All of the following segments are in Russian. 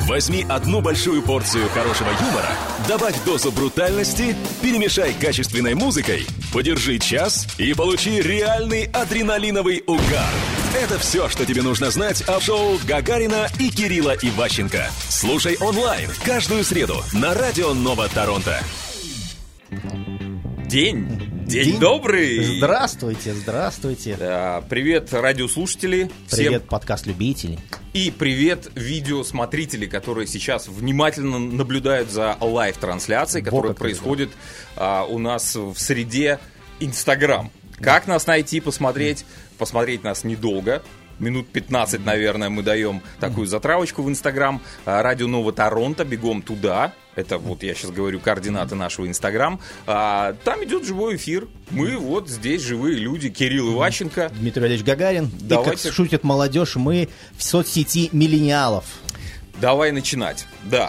Возьми одну большую порцию хорошего юмора, добавь дозу брутальности, перемешай качественной музыкой, подержи час и получи реальный адреналиновый угар. Это все, что тебе нужно знать о шоу Гагарина и Кирилла Иващенко. Слушай онлайн каждую среду на Радио Нова Торонто. День добрый! Здравствуйте. Привет, радиослушатели. Привет, подкаст-любители. И привет, видеосмотрители, которые сейчас внимательно наблюдают за лайв-трансляцией, которая происходит у нас в среде Инстаграм. Как нас найти, посмотреть? Посмотреть нас недолго. Минут 15, наверное, мы даем такую затравочку в Инстаграм. Радио Нова Торонто, бегом туда. Это вот я сейчас говорю координаты нашего Инстаграм. Там идет живой эфир. Мы вот здесь живые люди. Кирилл Иващенко. Дмитрий Валерьевич Гагарин. Давайте. И, как шутит молодежь, мы в соцсети миллениалов. Давай начинать. Да.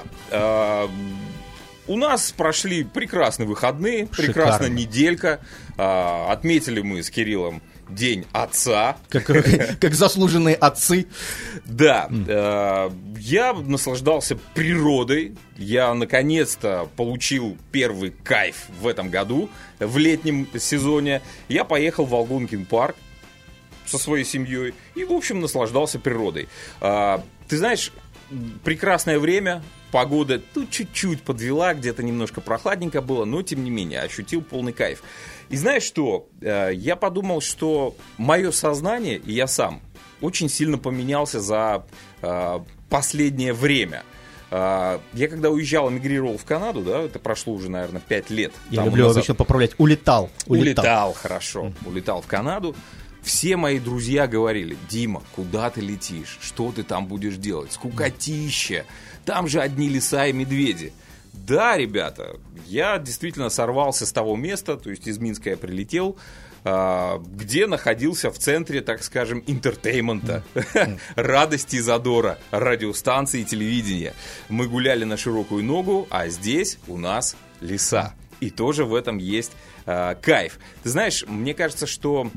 У нас прошли прекрасные выходные, прекрасная неделька. Отметили мы с Кириллом День отца. Как заслуженные отцы. Да. Я наслаждался природой. Я наконец-то получил первый кайф в этом году, в летнем сезоне. Я поехал в Алгонкин парк со своей семьей и, в общем, наслаждался природой. Ты знаешь, прекрасное время. Погода тут чуть-чуть подвела, где-то немножко прохладненько было, но, тем не менее, ощутил полный кайф. И знаешь что? Я подумал, что мое сознание, и я сам, очень сильно поменялся за последнее время. Я когда уезжал, эмигрировал в Канаду, да, это прошло уже, наверное, 5 лет. Я люблю обычно поправлять. Улетал, хорошо. Улетал в Канаду. Все мои друзья говорили: Дима, куда ты летишь? Что ты там будешь делать? Скукотища. Там же одни леса и медведи. Да, ребята, я действительно сорвался с того места, то есть из Минска я прилетел, где находился в центре, так скажем, интертеймента, радости и задора, радиостанции и телевидения. Мы гуляли на широкую ногу, а здесь у нас леса. И тоже в этом есть кайф. Ты знаешь, мне кажется, что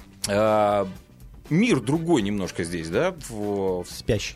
мир другой немножко здесь, да? Спящий.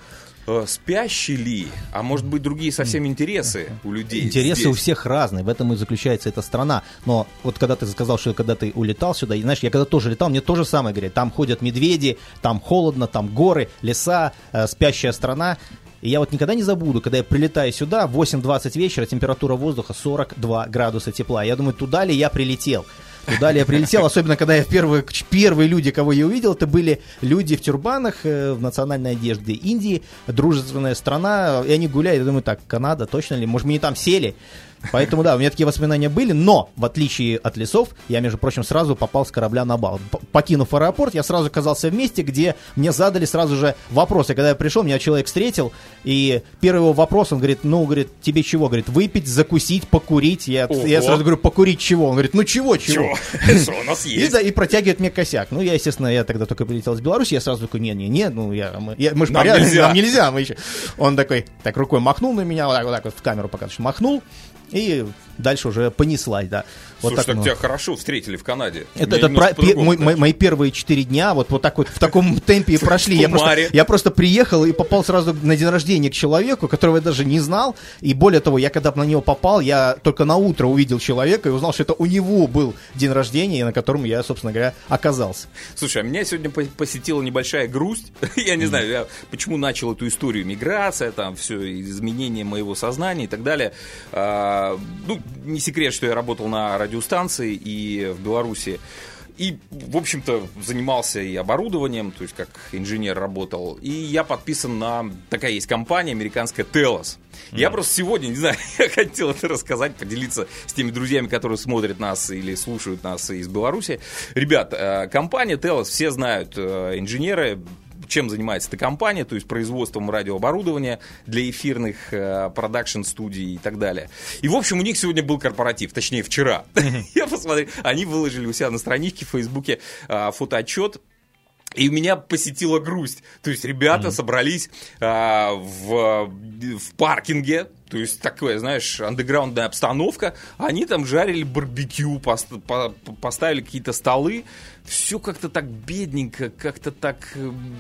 Спящий ли? А может быть, другие совсем интересы у людей? Интересы здесь? у всех разные, в этом и заключается эта страна. Но вот когда ты сказал, что когда ты улетал сюда, и знаешь, я когда тоже летал, мне то же самое говорят. Там ходят медведи, там холодно, там горы, леса, спящая страна. И я вот никогда не забуду, когда я прилетаю сюда, 8:20 вечера, температура воздуха 42 градуса тепла. Я думаю, туда ли я прилетел? Туда ли я прилетел, особенно когда я первые люди, кого я увидел, это были люди в тюрбанах, в национальной одежде Индии, дружественная страна, и они гуляют, я думаю, так, Канада, точно ли, может, мы не там сели? Поэтому, да, у меня такие воспоминания были, но, в отличие от лесов, я, между прочим, сразу попал с корабля на бал. Покинув аэропорт, я сразу оказался в месте, где мне задали сразу же вопросы. Когда я пришел, меня человек встретил, и первый его вопрос, он говорит, тебе чего? Говорит, выпить, закусить, покурить. Я сразу говорю, покурить чего? Он говорит, чего? Что у нас есть? И протягивает мне косяк. Я, естественно, я тогда только прилетел из Беларуси, я сразу такой, мы же порядок, нам нельзя. Он такой, так рукой махнул на меня, вот так в камеру пока махнул. И дальше уже понеслась, да. Слушай, вот так тебя хорошо встретили в Канаде. Это мои первые 4 дня вот так вот в таком темпе и прошли. Я просто приехал и попал сразу на день рождения к человеку, которого я даже не знал. И более того, я когда на него попал, я только на утро увидел человека и узнал, что это у него был день рождения, на котором я, собственно говоря, оказался. Слушай, а меня сегодня посетила небольшая грусть. Я не знаю, почему начал эту историю миграция, там все, изменение моего сознания и так далее. Не секрет, что я работал на радиостанции и в Беларуси. И, в общем-то, занимался и оборудованием, то есть как инженер работал. И я подписан на... Такая есть компания американская Telos. Я просто сегодня, не знаю, я хотел это рассказать, поделиться с теми друзьями, которые смотрят нас или слушают нас из Беларуси. Ребят, компания Telos, все знают, инженеры... Чем занимается эта компания, то есть производством радиооборудования для эфирных продакшн-студий и так далее. И, в общем, у них сегодня был корпоратив, точнее, вчера. Я посмотрел, они выложили у себя на страничке в Фейсбуке фотоотчет. И меня посетила грусть. То есть ребята собрались в паркинге То есть такая, знаешь, андеграундная обстановка. Они там жарили барбекю, поставили какие-то столы. Все как-то так бедненько, как-то так,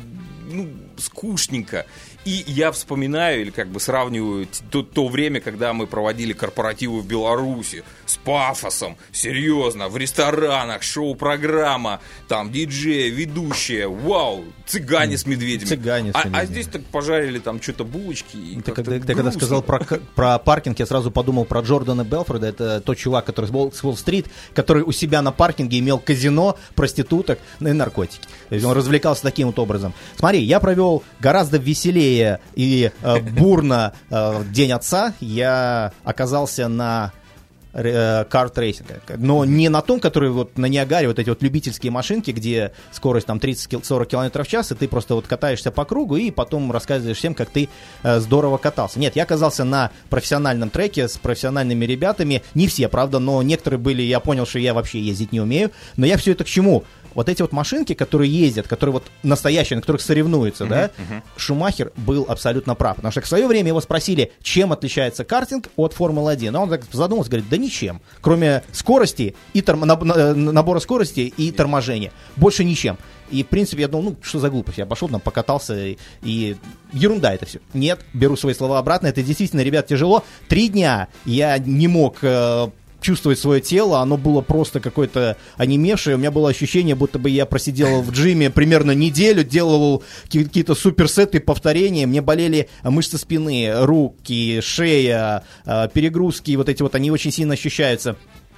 скучненько. И я вспоминаю, или как бы сравниваю то время, когда мы проводили корпоративы в Беларуси с пафосом, серьезно, в ресторанах, шоу-программа, там диджеи, ведущие, вау, цыгане с медведями. А здесь так пожарили там что-то булочки. И ты когда сказал про паркинг, я сразу подумал про Джордана Белфорда. Это тот чувак, который с Уолл-стрит, который у себя на паркинге имел казино, проституток и наркотики. То есть он развлекался таким вот образом. Смотри, я провел гораздо веселее и бурно День отца. Я оказался на карт-рейсинга. Но не на том, который вот на Ниагаре, вот эти вот любительские машинки, где скорость там 30-40 км в час, и ты просто вот катаешься по кругу и потом рассказываешь всем, как ты здорово катался. Нет, я оказался на профессиональном треке с профессиональными ребятами. Не все, правда, но некоторые были, я понял, что я вообще ездить не умею. Но я все это к чему? Вот эти вот машинки, которые ездят, которые вот настоящие, на которых соревнуются, да, Шумахер был абсолютно прав. Потому что в свое время его спросили, чем отличается картинг от Формулы-1. А он так задумался, говорит, да ничем. Кроме скорости, и набора скорости и торможения. Больше ничем. И, в принципе, я думал, что за глупость. Я пошел там, покатался, и ерунда это все. Нет, беру свои слова обратно. Это действительно, ребят, тяжело. 3 дня я не мог чувствовать свое тело, оно было просто какое-то онемевшее. У меня было ощущение, будто бы я просидел в джиме примерно неделю, делал какие-то суперсеты, повторения. Мне болели мышцы спины, руки, шея, перегрузки, вот эти вот, они очень сильно ощущаются.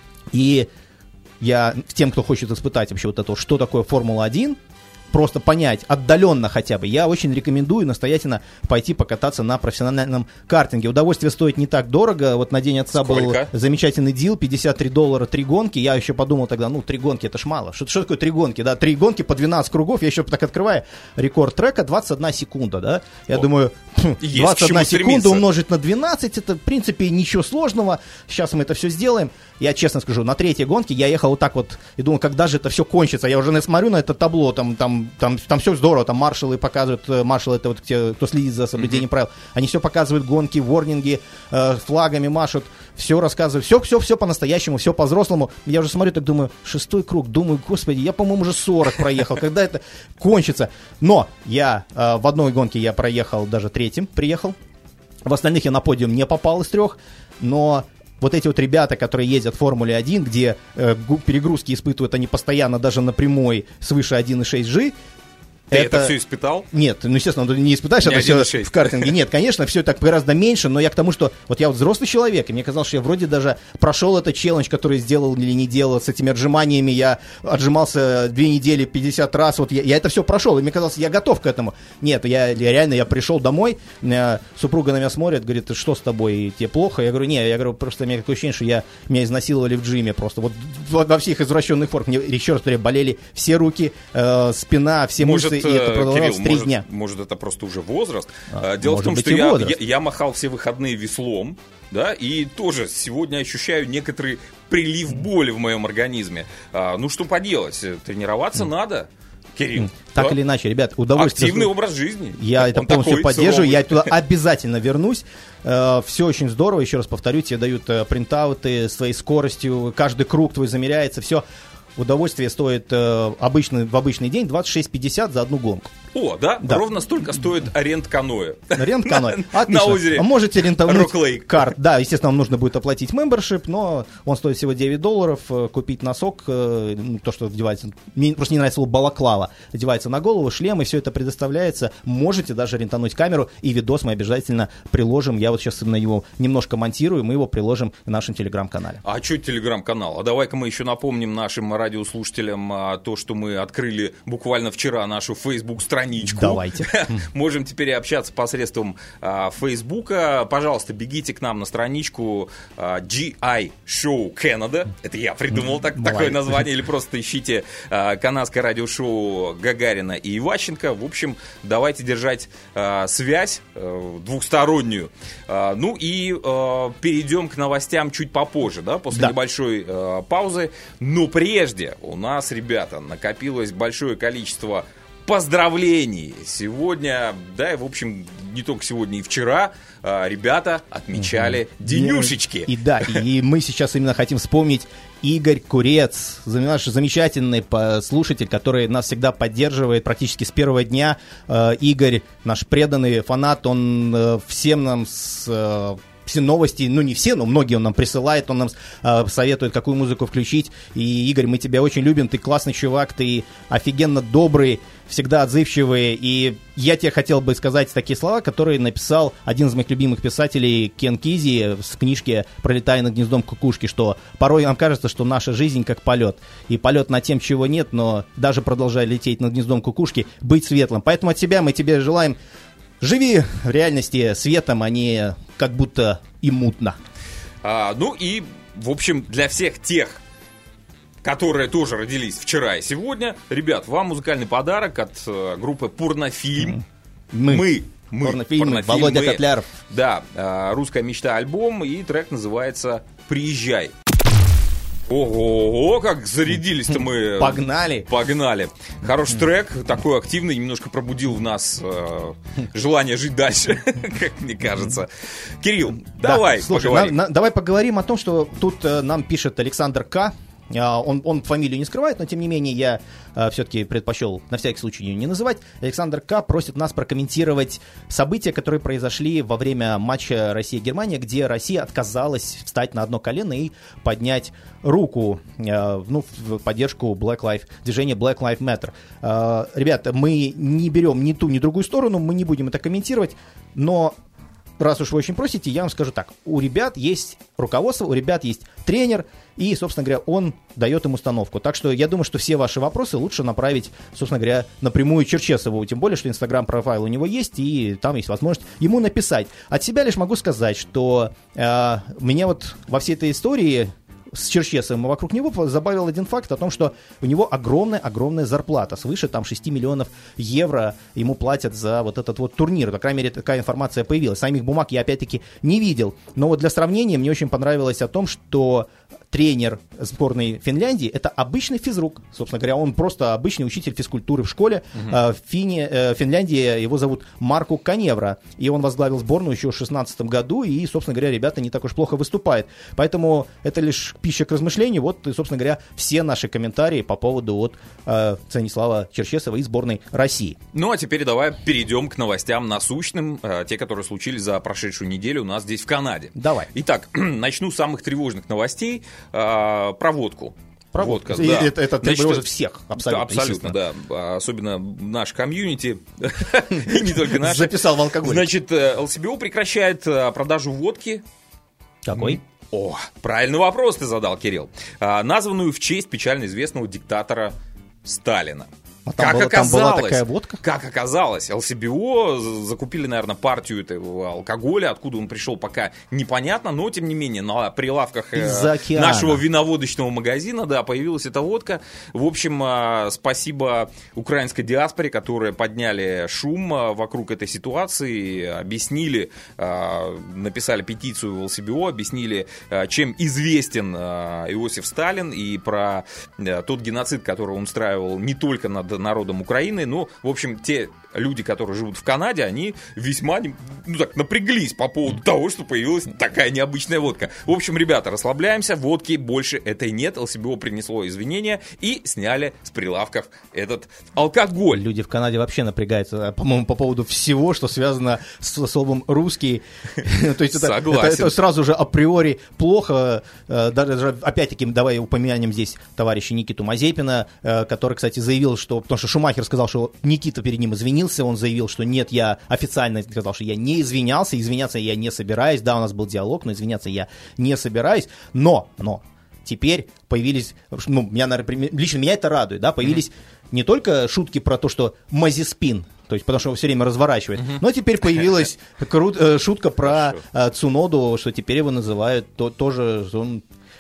И я тем, кто хочет испытать вообще вот это, что такое Формула-1, просто понять, отдаленно хотя бы, я очень рекомендую настоятельно пойти покататься на профессиональном картинге. Удовольствие стоит не так дорого. Вот на День отца был замечательный дил, $53, 3 гонки. Я еще подумал тогда, 3 гонки это ж мало. Что такое 3 гонки? Да, 3 гонки по 12 кругов. Я еще так открываю. Рекорд трека 21 секунда, да. Я думаю, 21 секунда умножить на 12, это в принципе ничего сложного. Сейчас мы это все сделаем. Я честно скажу, на 3-й гонке я ехал вот так вот и думал, когда же это все кончится. Я уже смотрю на это табло, там все здорово, там маршалы показывают, маршалы это вот те, кто следит за соблюдением правил, они все показывают, гонки, ворнинги, флагами машут, все рассказывают, все по-настоящему, все по-взрослому. Я уже смотрю, так думаю, 6-й круг, думаю, господи, я, по-моему, уже 40 проехал, когда это кончится. Но я в одной гонке я проехал, даже 3-м приехал, в остальных я на подиум не попал из 3, но вот эти вот ребята, которые ездят в Формуле-1, где перегрузки испытывают они постоянно даже на прямой свыше 1.6G. Ты это все испытал? Нет, естественно, не испытаешь это все в картинге. Нет, конечно, все так гораздо меньше, но я к тому, что вот я вот взрослый человек, и мне казалось, что я вроде даже прошел этот челлендж, который сделал или не делал с этими отжиманиями, я отжимался 2 недели 50 раз, вот я это все прошел, и мне казалось, я готов к этому. Нет, я реально пришел домой, супруга на меня смотрит, говорит, что с тобой, тебе плохо? Я говорю, я говорю, просто у меня такое ощущение, что меня изнасиловали в джиме просто, вот во всех извращенных формах. Мне еще раз говорю, болели все руки, спина, все мышцы. И это продолжалось 3 дня. Может, это просто уже возраст. Дело в том, что я махал все выходные веслом, да, и тоже сегодня ощущаю некоторый прилив боли в моем организме. Что поделать, тренироваться надо. Кирилл. Так или иначе, ребят, удовольствие. Активный образ жизни. Я это полностью поддерживаю, я туда обязательно вернусь. Все очень здорово, еще раз повторю, тебе дают принтауты своей скоростью, каждый круг твой замеряется, все. Удовольствие стоит в обычный день 26,50 за одну гонку. О, да? Ровно столько стоит аренда-каноэ. Аренда-каноэ. Отлично. На озере. А можете арендовать карт. Да, естественно, вам нужно будет оплатить мембершип, но он стоит всего $9. Купить носок, то, что одевается, мне просто не нравится слово балаклава, одевается на голову, шлем, и все это предоставляется. Можете даже рентануть камеру, и видос мы обязательно приложим. Я вот сейчас на него немножко монтирую, мы его приложим в нашем телеграм-канале. А что телеграм-канал? А давай-ка мы еще напомним нашим радиослушателям то, что мы открыли буквально вчера нашу Facebook-страничку. Давайте. Можем теперь общаться посредством Фейсбука. Пожалуйста, бегите к нам на страничку GI Show Canada. Это я придумал такое название. Или просто ищите канадское радиошоу Гагарина и Иващенко. В общем, давайте держать связь двухстороннюю. И перейдем к новостям чуть попозже, да, после небольшой паузы. Но прежде у нас, ребята, накопилось большое количество поздравлений. Сегодня, да, в общем, не только сегодня, и вчера ребята отмечали денюшечки. И да, и мы сейчас именно хотим вспомнить Игорь Курец, наш замечательный слушатель, который нас всегда поддерживает практически с первого дня. Игорь, наш преданный фанат, он всем нам все новости, ну не все, но многие он нам присылает, он нам советует, какую музыку включить. И, Игорь, мы тебя очень любим, ты классный чувак, ты офигенно добрый, всегда отзывчивый. И я тебе хотел бы сказать такие слова, которые написал один из моих любимых писателей Кен Кизи в книжке «Пролетая над гнездом кукушки», что порой нам кажется, что наша жизнь как полет. И полет над тем, чего нет, но даже продолжая лететь над гнездом кукушки, быть светлым. Поэтому от тебя мы тебе желаем: живи в реальности светом, а не как будто и мутно. Ну и, в общем, для всех тех, которые тоже родились вчера и сегодня, ребят, вам музыкальный подарок от группы «Порнофильм». Мы. Порнофильм, Володя Котляров. Да, «Русская мечта» альбом, и трек называется «Приезжай». Ого, как зарядились-то мы. Погнали. Хороший трек, такой активный, немножко пробудил в нас желание жить дальше, как мне кажется. Кирилл, давай поговорим. Давай поговорим о том, что тут нам пишет Александр К. Он фамилию не скрывает, но тем не менее я все-таки предпочел на всякий случай ее не называть. Александр К. просит нас прокомментировать события, которые произошли во время матча Россия-Германия, где Россия отказалась встать на одно колено и поднять руку в поддержку движения Black Lives Matter. Ребята, мы не берем ни ту, ни другую сторону, мы не будем это комментировать, но раз уж вы очень просите, я вам скажу так. У ребят есть руководство, у ребят есть тренер, и, собственно говоря, он дает им установку. Так что я думаю, что все ваши вопросы лучше направить, собственно говоря, напрямую Черчесову. Тем более, что инстаграм-профайл у него есть, и там есть возможность ему написать. От себя лишь могу сказать, что меня вот во всей этой истории с Черчесовым и вокруг него забавил один факт о том, что у него огромная зарплата, свыше там 6 миллионов евро ему платят за вот этот вот турнир. По крайней мере, такая информация появилась. Самих бумаг я опять-таки не видел. Но вот для сравнения мне очень понравилось о том, что тренер сборной Финляндии — это обычный физрук. Собственно говоря, он просто обычный учитель физкультуры в школе. В Финляндии его зовут Марку Каневра. И он возглавил сборную еще в 2016 году. И, собственно говоря, ребята не так уж плохо выступают. Поэтому это лишь пища к размышлению. Вот, собственно говоря, все наши комментарии по поводу Станислава Черчесова и сборной России. Ну, а теперь давай перейдем к новостям насущным. Те, которые случились за прошедшую неделю у нас здесь в Канаде. Давай. Итак, начну с самых тревожных новостей. Про водку. Водка, да. Это тревожит всех, абсолютно, да. Особенно наш комьюнити, и не только наш. Записал в алкоголь. Значит, ЛСБО прекращает продажу водки. Какой? О, правильный вопрос ты задал, Кирилл. Названную в честь печально известного диктатора Сталина. Там была такая водка? Как оказалось, ЛСБО закупили, наверное, партию этого алкоголя, откуда он пришел, пока непонятно, но, тем не менее, на прилавках нашего виноводочного магазина, да, появилась эта водка. В общем, спасибо украинской диаспоре, которые подняли шум вокруг этой ситуации, объяснили, написали петицию в ЛСБО, объяснили, чем известен Иосиф Сталин и про тот геноцид, который он устраивал не только над народом Украины, но, в общем, те люди, которые живут в Канаде, они весьма, напряглись по поводу того, что появилась такая необычная водка. В общем, ребята, расслабляемся, водки больше этой нет, ЛСБО принесло извинения и сняли с прилавков этот алкоголь. Люди в Канаде вообще напрягаются, по-моему, по поводу всего, что связано с словом «русский». То есть это сразу же априори плохо. Даже, опять-таки, давай упомянем здесь товарища Никиту Мазепина, который, кстати, заявил, что, потому что Шумахер сказал, что Никита перед ним извинился, он заявил, что нет, я официально сказал, что я не извинялся, извиняться я не собираюсь, да, у нас был диалог, но извиняться я не собираюсь, но теперь появились, лично меня это радует, да, появились не только шутки про то, что Мазеспин, то есть потому что его все время разворачивает, но теперь появилась шутка про Цуноду, что теперь его называют тоже, он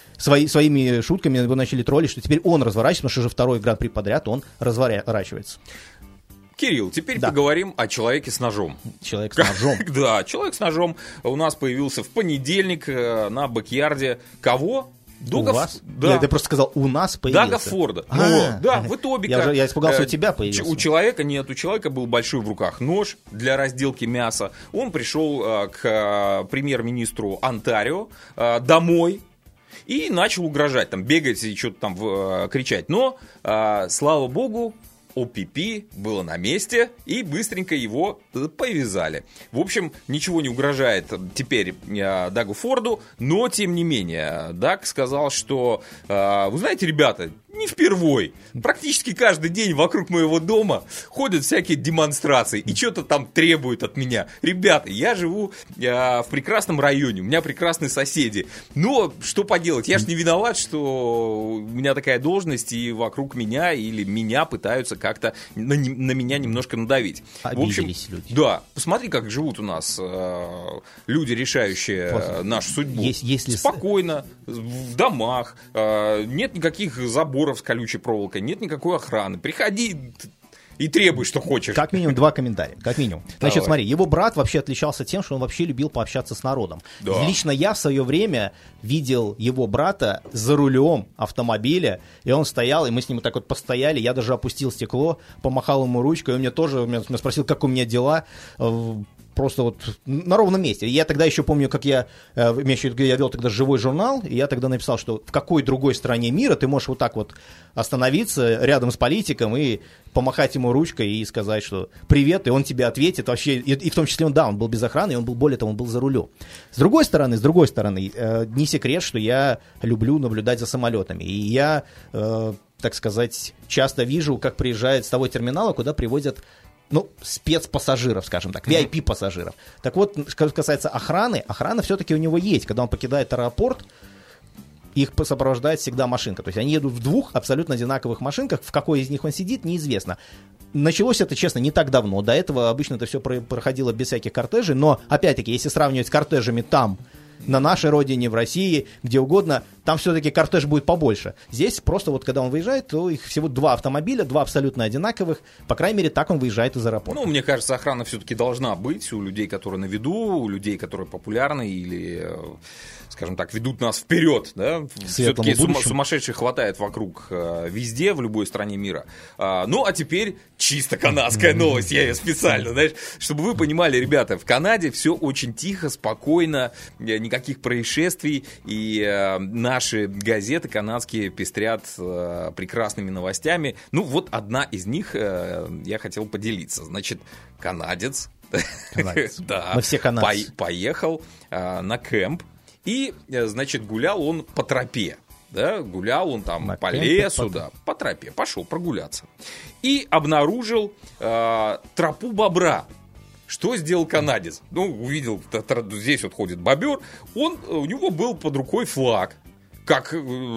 своими шутками его начали троллить, что теперь он разворачивается, потому что уже второй гран-при подряд он разворачивается. Кирилл, теперь поговорим о человеке с ножом. Человек с ножом. Да, человек с ножом у нас появился в понедельник на бэк-ярде. Кого? У вас? Да. Ты просто сказал, у нас появился. Дага Форда. Да, в Этобика. Я испугался, у тебя появился. У человека нет, у человека был большой в руках нож для разделки мяса. Он пришел к премьер-министру Онтарио домой и начал угрожать, там, бегать и что-то там кричать. Но, слава богу, ОПП было на месте и быстренько его повязали. В общем, ничего не угрожает теперь Дагу Форду, но тем не менее, Даг сказал, что, вы знаете, ребята, не впервой. Практически каждый день вокруг моего дома ходят всякие демонстрации и что-то там требуют от меня. Ребята, я живу в прекрасном районе, у меня прекрасные соседи. Но что поделать, я ж не виноват, что у меня такая должность и вокруг меня или меня пытаются как-то на меня немножко надавить. Обиделись люди. Да, посмотри, как живут у нас люди, решающие нашу судьбу. Если... Спокойно, в домах, нет никаких заборов с колючей проволокой, нет никакой охраны. Приходи и требуй, что хочешь. Как минимум 2 комментария. Как минимум. Значит, смотри, его брат вообще отличался тем, что он вообще любил пообщаться с народом. Да. Лично я в свое время видел его брата за рулем автомобиля, и он стоял, и мы с ним так вот постояли, я даже опустил стекло, помахал ему ручкой, и он меня спросил, как у меня дела. Просто вот на ровном месте. Я тогда еще помню, как я вел тогда живой журнал, и я тогда написал, что в какой другой стране мира ты можешь вот так вот остановиться рядом с политиком и помахать ему ручкой и сказать, что привет, и он тебе ответит. Вообще, и в том числе он был без охраны, и он был, более того, он был за рулем. С другой стороны, не секрет, что я люблю наблюдать за самолетами. И я, так сказать, часто вижу, как приезжает с того терминала, куда привозят спецпассажиров, скажем так, VIP-пассажиров. Так вот, что касается охраны, охрана все-таки у него есть. Когда он покидает аэропорт, их сопровождает всегда машинка. То есть они едут в 2 абсолютно одинаковых машинках. В какой из них он сидит, неизвестно. Началось это, честно, не так давно. До этого обычно это все проходило без всяких кортежей. Но, опять-таки, если сравнивать с кортежами там, на нашей родине, в России, где угодно, там все-таки кортеж будет побольше. Здесь просто вот когда он выезжает, то их всего 2 автомобиля, 2 абсолютно одинаковых. По крайней мере, так он выезжает из аэропорта. Мне кажется, охрана все-таки должна быть у людей, которые на виду, у людей, которые популярны или, скажем так, ведут нас вперед. Да? Все-таки сумасшедших хватает вокруг везде, в любой стране мира. А теперь чисто канадская новость, я ее специально, знаешь, чтобы вы понимали, ребята, в Канаде все очень тихо, спокойно, никаких происшествий, и наши газеты канадские пестрят прекрасными новостями. Вот одна из них я хотел поделиться. Значит, канадец. Да, мы все канадцы. Поехал на кемп, и, значит, гулял он по тропе. Да, гулял он там по лесу, по тропе, пошел прогуляться. И обнаружил тропу бобра. Что сделал канадец? Увидел, здесь вот ходит бобер, у него был под рукой флаг. Как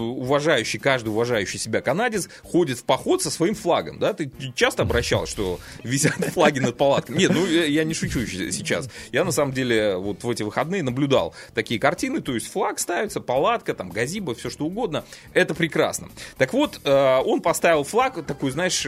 каждый уважающий себя канадец ходит в поход со своим флагом, да? Ты часто обращал, что висят флаги над палатками? Нет, я не шучу сейчас. Я, на самом деле, вот в эти выходные наблюдал такие картины, то есть флаг ставится, палатка, там, газиба, все что угодно. Это прекрасно. Так вот, он поставил флаг, такой, знаешь,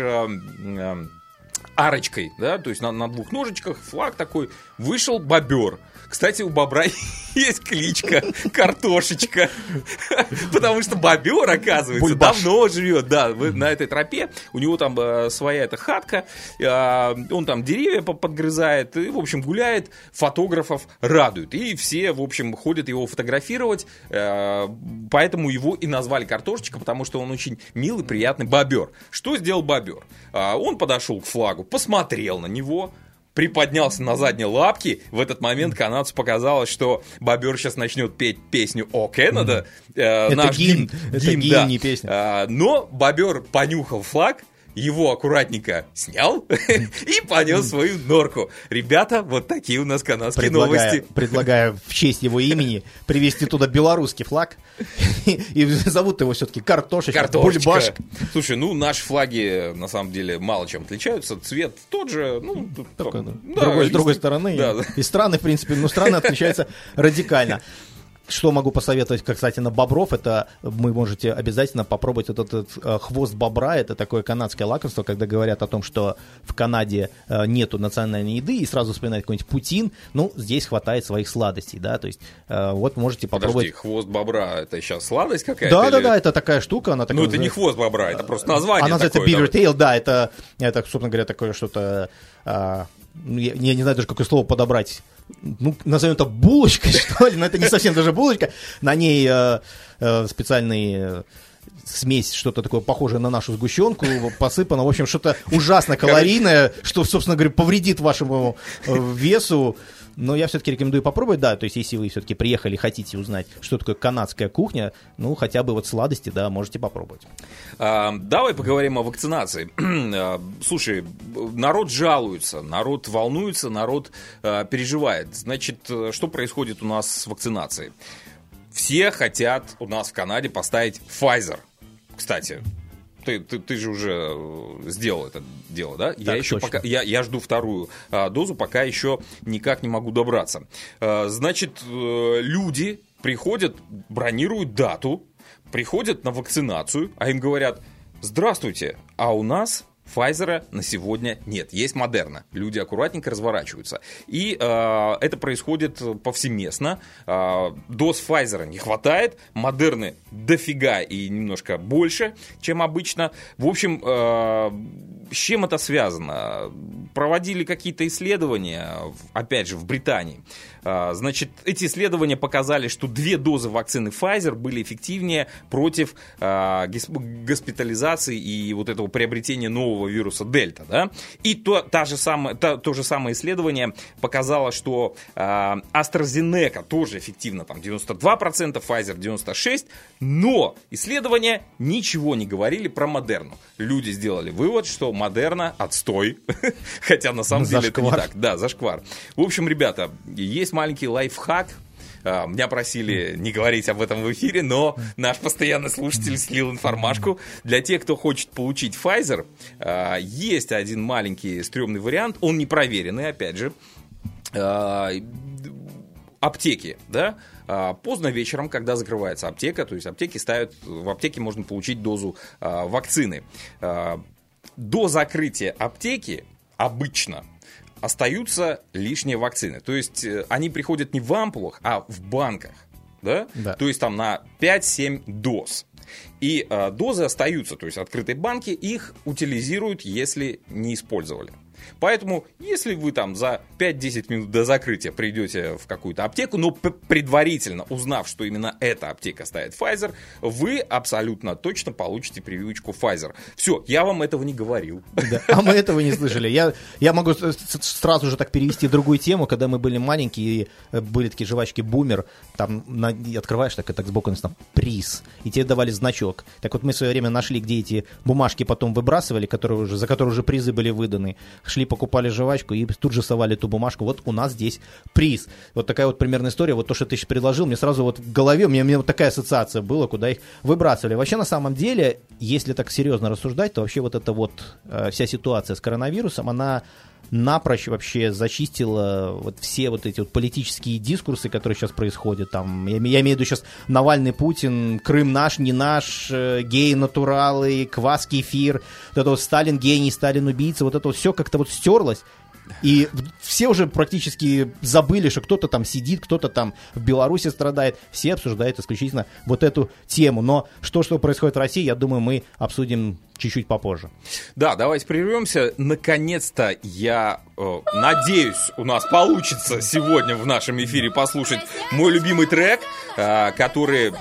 арочкой, да, то есть на 2 ножичках, флаг такой, вышел бобер. Кстати, у бобра есть кличка Картошечка, потому что бобер, оказывается, давно живет, да, на этой тропе, у него там своя эта хатка, он там деревья подгрызает, и, в общем, гуляет, фотографов радует, и все, в общем, ходят его фотографировать, поэтому его и назвали Картошечка, потому что он очень милый, приятный бобер. Что сделал бобер? Он подошел к флагу, посмотрел на него, приподнялся на задние лапки. В этот момент канадцу показалось, что бобер сейчас начнет петь песню «О, Канада». Наш гимн, да. Не песня. Но бобер понюхал флаг, его аккуратненько снял и понес свою норку. Ребята, вот такие у нас канадские новости. Предлагаю в честь его имени привезти туда белорусский флаг. И зовут его все-таки Картошечка. Бульбашка. Слушай, наши флаги на самом деле мало чем отличаются. Цвет тот же. С другой стороны. И страны, в принципе, страны отличаются радикально. Что могу посоветовать, кстати, на бобров, это вы можете обязательно попробовать вот этот хвост бобра, это такое канадское лакомство, когда говорят о том, что в Канаде нету национальной еды, и сразу вспоминают какой-нибудь Путин, ну, здесь хватает своих сладостей, да, то есть вот можете попробовать. Подожди, хвост бобра, это сейчас сладость какая-то? Да, это такая штука, она такая. Ну, это не хвост бобра, это просто название. Она называется Bitter Tail, да, это, собственно говоря, такое что-то, я не знаю даже, какое слово подобрать. Ну, назовем это булочкой, что ли, но это не совсем даже булочка. На ней специальный смесь, что-то такое похожее на нашу сгущенку, посыпано. В общем, что-то ужасно калорийное, что, собственно говоря, повредит вашему весу. Но я все-таки рекомендую попробовать, да, то есть если вы все-таки приехали, хотите узнать, что такое канадская кухня, ну, хотя бы вот сладости, да, можете попробовать. Давай поговорим о вакцинации. Слушай, народ жалуется, народ волнуется, народ переживает. Значит, что происходит у нас с вакцинацией? Все хотят у нас в Канаде поставить Pfizer. Кстати, ты же уже сделал это дело, да? Я еще пока, я жду вторую дозу, пока еще никак не могу добраться. Значит, люди приходят, бронируют дату, приходят на вакцинацию, а им говорят: здравствуйте, а у нас Pfizer на сегодня нет, есть Moderna. Люди аккуратненько разворачиваются. И это происходит повсеместно. Доз Pfizer не хватает, Moderna дофига и немножко больше, чем обычно. В общем, с чем это связано? Проводили какие-то исследования, опять же, в Британии. Значит, эти исследования показали, что 2 дозы вакцины Pfizer были эффективнее против госпитализации и вот этого приобретения нового вируса Дельта. Да? И то же самое исследование показало, что AstraZeneca тоже эффективно, там 92%, Pfizer 96%, но исследования ничего не говорили про Модерну. Люди сделали вывод, что Модерна отстой, хотя на самом деле это не так. Да, зашквар. В общем, ребята, есть маленький лайфхак. Меня просили не говорить об этом в эфире, но наш постоянный слушатель слил информашку. Для тех, кто хочет получить Pfizer, есть один маленький стрёмный вариант, он не проверенный, опять же. Аптеки, да? Поздно вечером, когда закрывается аптека, то есть аптеки ставят, в аптеке можно получить дозу вакцины. До закрытия аптеки обычно остаются лишние вакцины. То есть они приходят не в ампулах, а в банках. Да? Да. То есть там на 5-7 доз. И дозы остаются, то есть открытые банки их утилизируют, если не использовали. Поэтому, если вы там за 5-10 минут до закрытия придете в какую-то аптеку, но предварительно узнав, что именно эта аптека ставит Pfizer, вы абсолютно точно получите прививочку Pfizer. Все, я вам этого не говорил. Да, а мы этого не слышали. Я могу сразу же так перевести другую тему. Когда мы были маленькие, были такие жвачки Бумер, там открываешь так сбоку написано приз, и тебе давали значок. Так вот мы в свое время нашли, где эти бумажки потом выбрасывали, за которые уже призы были выданы. Шли, покупали жвачку и тут же совали эту бумажку. Вот у нас здесь приз. Вот такая вот примерная история. Вот то, что ты сейчас предложил, мне сразу вот в голове, у меня вот такая ассоциация была, куда их выбрасывали. Вообще, на самом деле, если так серьезно рассуждать, то вообще вот эта вот вся ситуация с коронавирусом, она напрочь вообще зачистила вот все вот эти вот политические дискурсы, которые сейчас происходят. Там, я имею в виду сейчас Навальный, Путин, Крым наш, не наш, геи-натуралы, квас, кефир, вот это вот Сталин гений, Сталин убийца, вот это вот все как-то вот стерлось. И все уже практически забыли, что кто-то там сидит, кто-то там в Беларуси страдает. Все обсуждают исключительно вот эту тему. Но что происходит в России, я думаю, мы обсудим чуть-чуть попозже. Да, давайте прервемся. Наконец-то, я надеюсь, у нас получится сегодня в нашем эфире послушать мой любимый трек, который,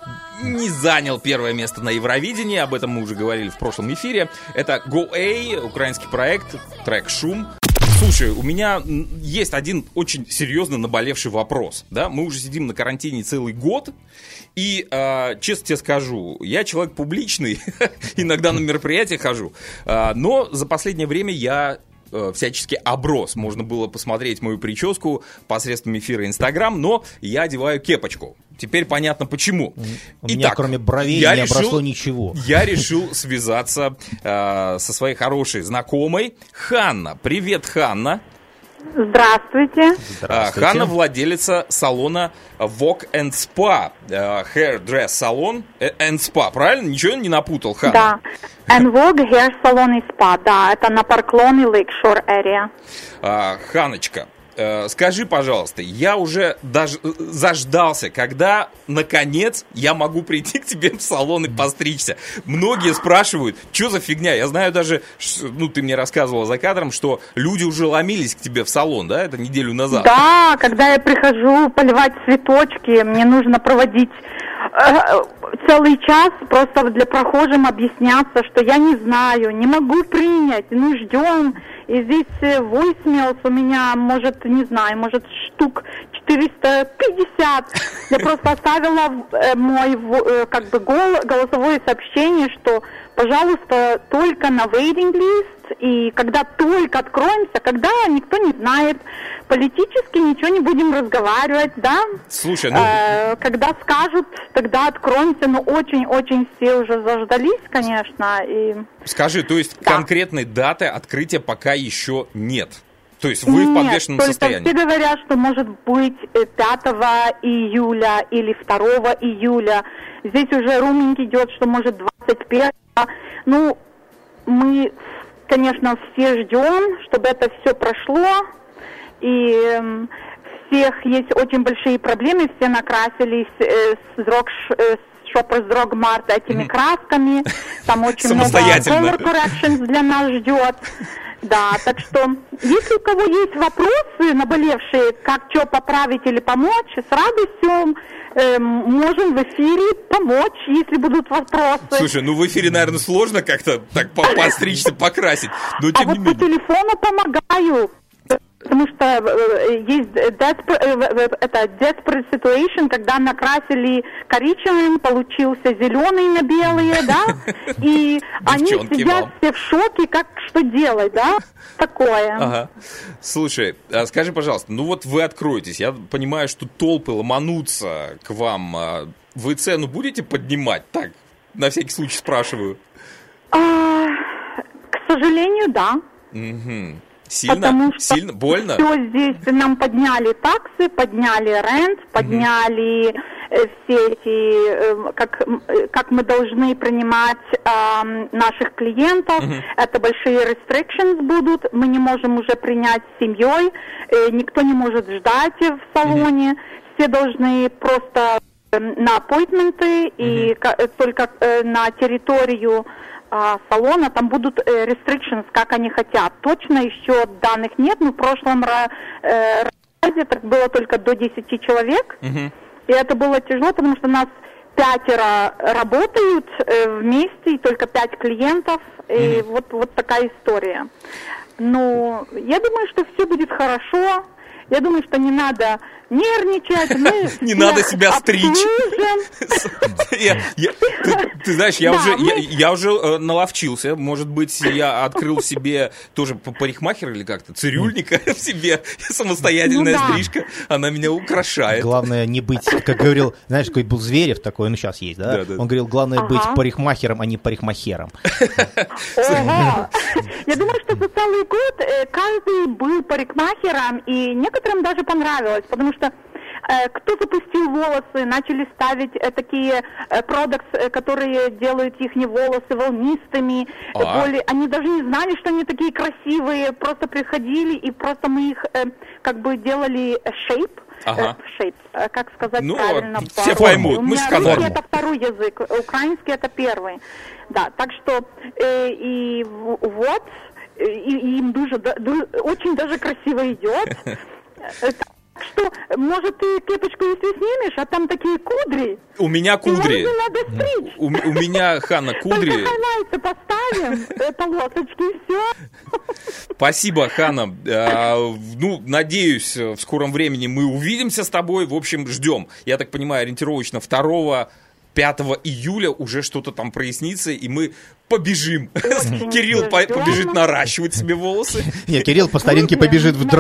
не занял первое место на Евровидении. Об этом мы уже говорили в прошлом эфире. Это Go A, украинский проект, трек «Шум». Слушай, у меня есть один очень серьезно наболевший вопрос. Да? Мы уже сидим на карантине целый год, и, честно тебе скажу, я человек публичный, иногда на мероприятия хожу, но за последнее время я всячески оброс. Можно было посмотреть мою прическу посредством эфира Инстаграм, но я одеваю кепочку. Теперь понятно почему. У меня кроме бровей не обросло ничего. Я решил связаться со своей хорошей знакомой Ханна. Привет, Ханна. Здравствуйте. Ханна владелица салона Walk and Spa, Hairdress салон and Spa, правильно? Ничего не напутал, Ханна? Да, and Vogue Hair Salon и Spa, да, это на Парк-Лон и Лейкшор area. Ханночка, скажи, пожалуйста, я уже даже заждался, когда, наконец, я могу прийти к тебе в салон и постричься. Многие спрашивают, что за фигня? Я знаю даже, ну, ты мне рассказывала за кадром, что люди уже ломились к тебе в салон, да, это неделю назад. Да, когда я прихожу поливать цветочки, мне нужно проводить целый час просто для прохожим объясняться, что я не знаю, не могу принять, ну, ждем. И здесь voicemails у меня, может, не знаю, может, штук 450. Я просто оставила мой, как бы, голосовое сообщение, что, пожалуйста, только на waiting list, и когда только откроемся, когда никто не знает, политически ничего не будем разговаривать, да? Слушай, когда скажут, тогда откроемся, но очень-очень все уже заждались, конечно. И... Скажи, то есть конкретной даты открытия пока еще нет? То есть вы в подвешенном состоянии? Все говорят, что может быть 5 июля или 2 июля. Здесь уже руминг идет, что может 21. Ну, мы, конечно, все ждем, чтобы это все прошло. И всех есть очень большие проблемы. Все накрасились с Shoppers Drug Mart этими красками. Там очень много color corrections для нас ждет. Да, так что, если у кого есть вопросы наболевшие, как что поправить или помочь, с радостью можем в эфире помочь, если будут вопросы. Слушай, ну в эфире, наверное, сложно как-то так постричься, покрасить, но тем не менее. По телефону помогаю. Потому что есть desperate situation, когда накрасили коричневым, получился зеленый на белые, да, и они сидят все в шоке, как что делать, да, такое. Ага. Слушай, скажи, пожалуйста, ну вот вы откроетесь, я понимаю, что толпы ломанутся к вам, вы цену будете поднимать? Так, на всякий случай спрашиваю. К сожалению, да. Угу. Сильно? Больно? Все здесь нам подняли таксы, подняли рент, подняли все эти, как мы должны принимать наших клиентов. Это большие restrictions будут. Мы не можем уже принять с семьей, никто не может ждать в салоне. Все должны просто на аппоинтменты и только на территорию салона, там будут restrictions, как они хотят. Точно еще данных нет, но в прошлом разе так было только до 10 человек, и это было тяжело, потому что у нас 5 работают вместе, и только 5 клиентов, и вот такая история. Ну, я думаю, что все будет хорошо. Я думаю, что не надо нервничать. Не надо себя стричь. Ты знаешь, я уже наловчился. Может быть, я открыл в себе тоже парикмахер или как-то цирюльника в себе. Самостоятельная стрижка. Она меня украшает. Главное не быть, как говорил, знаешь, какой был Зверев такой, ну сейчас есть, да? Он говорил, главное быть парикмахером, а не парикмахером. Я думаю, что за целый год каждый был парикмахером, и некоторым даже понравилось, потому что кто запустил волосы, начали ставить такие продукты, которые делают их волосы волнистыми. Они даже не знали, что они такие красивые, просто приходили, и просто мы их как бы делали shape, как сказать правильно? Все поймут, мы сказали. Русский это второй язык, украинский это первый. Да, так что и вот, и им очень даже красиво идет. Так что, может, ты кепочку если снимешь, а там такие кудри. У меня кудри. Не надо стричь. У меня, Ханна, кудри. Только хайлайты поставим, полосочки, и все. Спасибо, Ханна. Ну, надеюсь, в скором времени мы увидимся с тобой. В общем, ждем. Я так понимаю, ориентировочно 5 июля уже что-то там прояснится, и мы побежим. Кирилл побежит наращивать себе волосы. Нет, Кирилл по старинке побежит в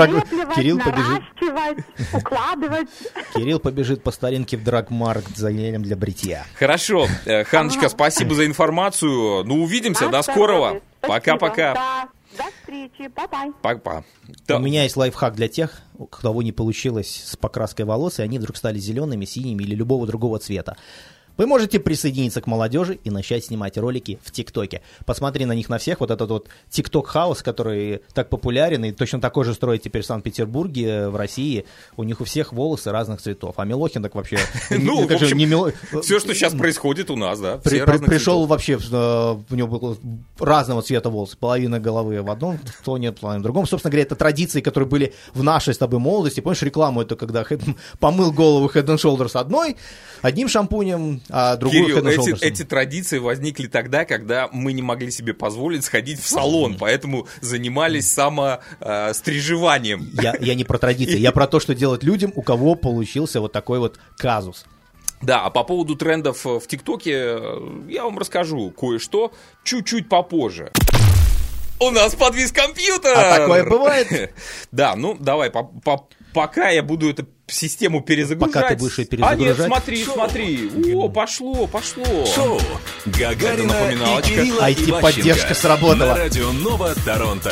укладывать. Кирилл побежит по старинке в драгмаркт за гелем для бритья. Хорошо. Ханночка, спасибо за информацию. Ну, увидимся. До скорого. Пока-пока. До встречи. Бай-бай. Пока. У меня есть лайфхак для тех, у кого не получилось с покраской волос, и они вдруг стали зелеными, синими или любого другого цвета. Вы можете присоединиться к молодежи и начать снимать ролики в ТикТоке. Посмотри на них на всех. Вот этот вот ТикТок-хаус, который так популярен, и точно такой же строит теперь в Санкт-Петербурге, в России. У них у всех волосы разных цветов. А Милохин так вообще... Ну, в общем, все, что сейчас происходит у нас, да. Пришел вообще, у него было разного цвета волосы. Половина головы в одном тоне, половина в другом. Собственно говоря, это традиции, которые были в нашей с тобой молодости. Помнишь рекламу, это когда помыл голову Head & Shoulders одним шампунем, а другую Кирилл, Head & Shoulders. эти традиции возникли тогда, когда мы не могли себе позволить сходить в салон, поэтому занимались самострижеванием. Я не про традиции, я про то, что делать людям, у кого получился вот такой вот казус. Да, а по поводу трендов в ТикТоке я вам расскажу кое-что чуть-чуть попозже. У нас подвис компьютер! А такое бывает? Да, ну давай, пока я буду эту систему перезагружать. Пока ты будешь ее перезагружать. А нет, смотри. О, пошло. Шоу Гагарина и Кирилла IT-поддержка сработала. На радио Нова Торонто.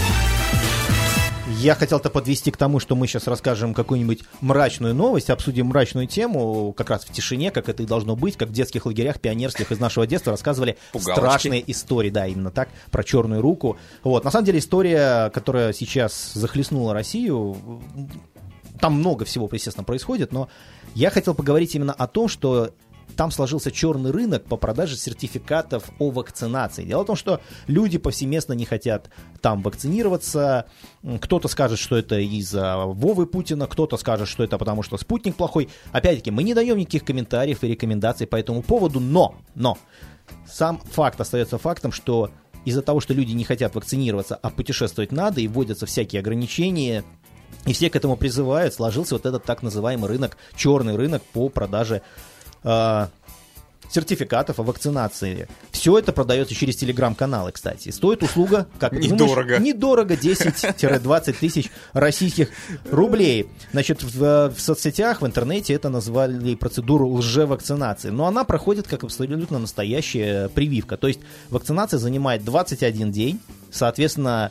Я хотел-то подвести к тому, что мы сейчас расскажем какую-нибудь мрачную новость, обсудим мрачную тему, как раз в тишине, как это и должно быть, как в детских лагерях пионерских из нашего детства рассказывали страшные истории, да, именно так, про черную руку. Вот, на самом деле история, которая сейчас захлестнула Россию, там много всего, естественно, происходит, но я хотел поговорить именно о том, что там сложился черный рынок по продаже сертификатов о вакцинации. Дело в том, что люди повсеместно не хотят там вакцинироваться. Кто-то скажет, что это из-за Вовы Путина, кто-то скажет, что это потому, что спутник плохой. Опять-таки, мы не даем никаких комментариев и рекомендаций по этому поводу, но сам факт остается фактом, что из-за того, что люди не хотят вакцинироваться, а путешествовать надо, и вводятся всякие ограничения, и все к этому призывают, сложился вот этот так называемый рынок, черный рынок по продаже сертификатов о вакцинации. Все это продается через телеграм-каналы, кстати. Стоит услуга, как недорого. Недорого, 10-20 тысяч российских рублей. Значит, в соцсетях, в интернете это назвали процедуру лжевакцинации. Но она проходит как абсолютно настоящая прививка. То есть вакцинация занимает 21 день. Соответственно,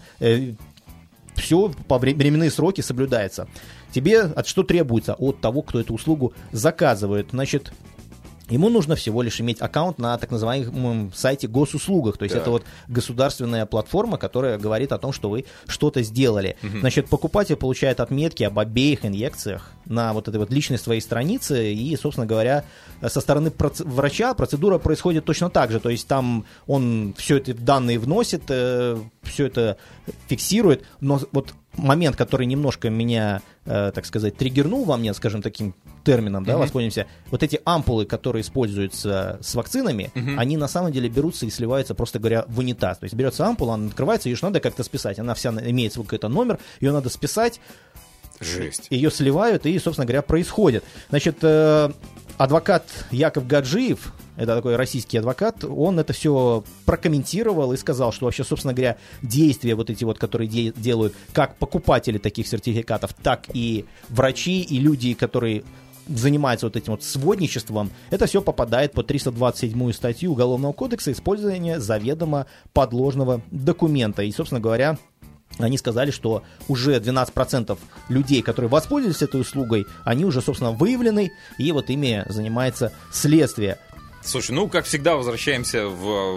все по временные сроки соблюдается. Тебе что требуется от того, кто эту услугу заказывает? Значит, ему нужно всего лишь иметь аккаунт на так называемом сайте госуслугах. То есть это вот государственная платформа, которая говорит о том, что вы что-то сделали. Значит, покупатель получает отметки об обеих инъекциях на вот этой вот личной своей странице. И, собственно говоря, со стороны врача процедура происходит точно так же. То есть там он все эти данные вносит, все это фиксирует. Но вот момент, который немножко меня, так сказать, триггернул во мне, скажем, таким термином, да, воспользуемся, вот эти ампулы, которые используются с вакцинами, они на самом деле берутся и сливаются, просто говоря, в унитаз. То есть берется ампула, она открывается, ее же надо как-то списать. Она вся имеет свой какой-то номер, ее надо списать. Жесть. Ее сливают, и, собственно говоря, происходит. Значит, адвокат Яков Гаджиев, это такой российский адвокат, он это все прокомментировал и сказал, что вообще, собственно говоря, действия вот эти вот, которые делают как покупатели таких сертификатов, так и врачи, и люди, которые занимаются вот этим вот сводничеством, это все попадает под 327-ю статью Уголовного кодекса «Использование заведомо подложного документа». И, собственно говоря, они сказали, что уже 12% людей, которые воспользовались этой услугой, они уже, собственно, выявлены, и вот ими занимается следствие. Слушай, ну, как всегда, возвращаемся в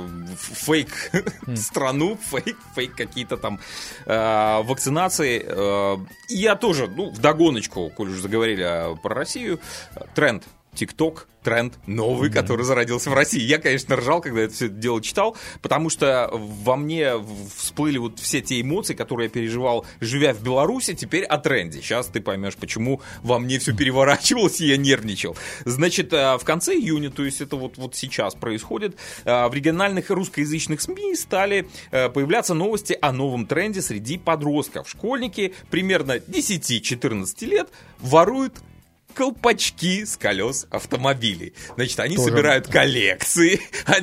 фейк-страну, фейк какие-то там вакцинации. И я тоже, вдогоночку, коль уже заговорили про Россию, тренд. ТикТок, тренд новый, который зародился в России. Я, конечно, ржал, когда это все дело читал, потому что во мне всплыли вот все те эмоции, которые я переживал, живя в Беларуси, теперь о тренде. Сейчас ты поймешь, почему во мне все переворачивалось, и я нервничал. Значит, в конце июня, то есть это вот сейчас происходит, в региональных и русскоязычных СМИ стали появляться новости о новом тренде среди подростков. Школьники примерно 10-14 лет воруют колпачки с колес автомобилей. Значит, они Тоже. собирают коллекции,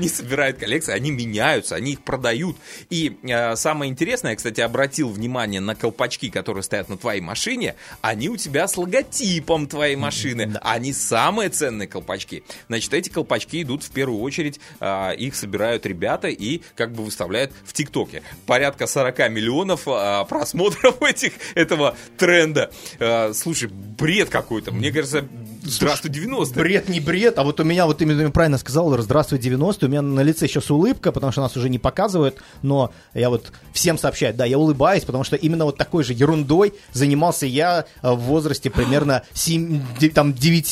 они меняются, они их продают. И самое интересное, я, кстати, обратил внимание на колпачки, которые стоят на твоей машине, они у тебя с логотипом твоей машины. Да. Они самые ценные колпачки. Значит, эти колпачки идут в первую очередь, их собирают ребята и как бы выставляют в ТикТоке. Порядка 40 миллионов просмотров этого тренда. Слушай, бред какой-то. Мне кажется, здравствуй, 90-е. Бред не бред, а вот у меня, вот именно правильно сказал, здравствуй, 90-е, у меня на лице сейчас улыбка, потому что нас уже не показывают, но я вот всем сообщаю, да, я улыбаюсь, потому что именно вот такой же ерундой занимался я в возрасте примерно 9, это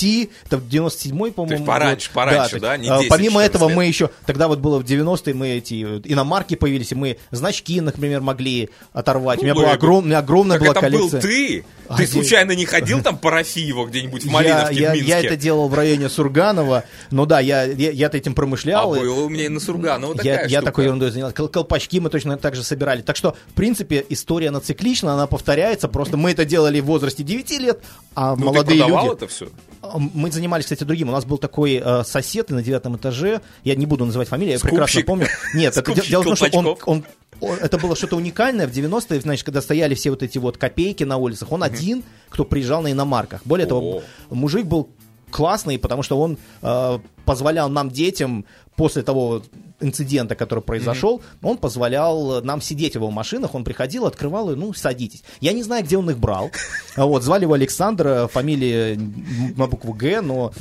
97-й, по-моему. То есть пораньше, да, не 10, помимо этого лет. мы еще, тогда вот было в 90-е, мы эти иномарки появились, и мы значки, например, могли оторвать. У меня была огромная была коллекция. Это был ты? Ты случайно не ходил там по Рафиево где-нибудь в Малиновке, в Минске? Я это делал в районе Сурганова, но да, я-то этим промышлял. А было у меня и на Сурганова такая штука. Я такой ерундой занялся. Колпачки мы точно так же собирали. Так что, в принципе, история нациклична, она повторяется. Просто мы это делали в возрасте 9 лет, а молодые ты продавал люди... это все? Мы занимались, кстати, другим. У нас был такой сосед на 9 этаже. Я не буду называть фамилию, я прекрасно помню. Нет, это дело в том, что это было что-то уникальное в 90-е, значит, когда стояли все вот эти вот копейки на улицах. Он один, кто приезжал на иномарках. Более того, мужик был классный, потому что он позволял нам, детям, после того инцидента, который произошел, он позволял нам сидеть в его машинах, он приходил, открывал и, садитесь. Я не знаю, где он их брал. Вот, звали его Александр, фамилия на букву Г, но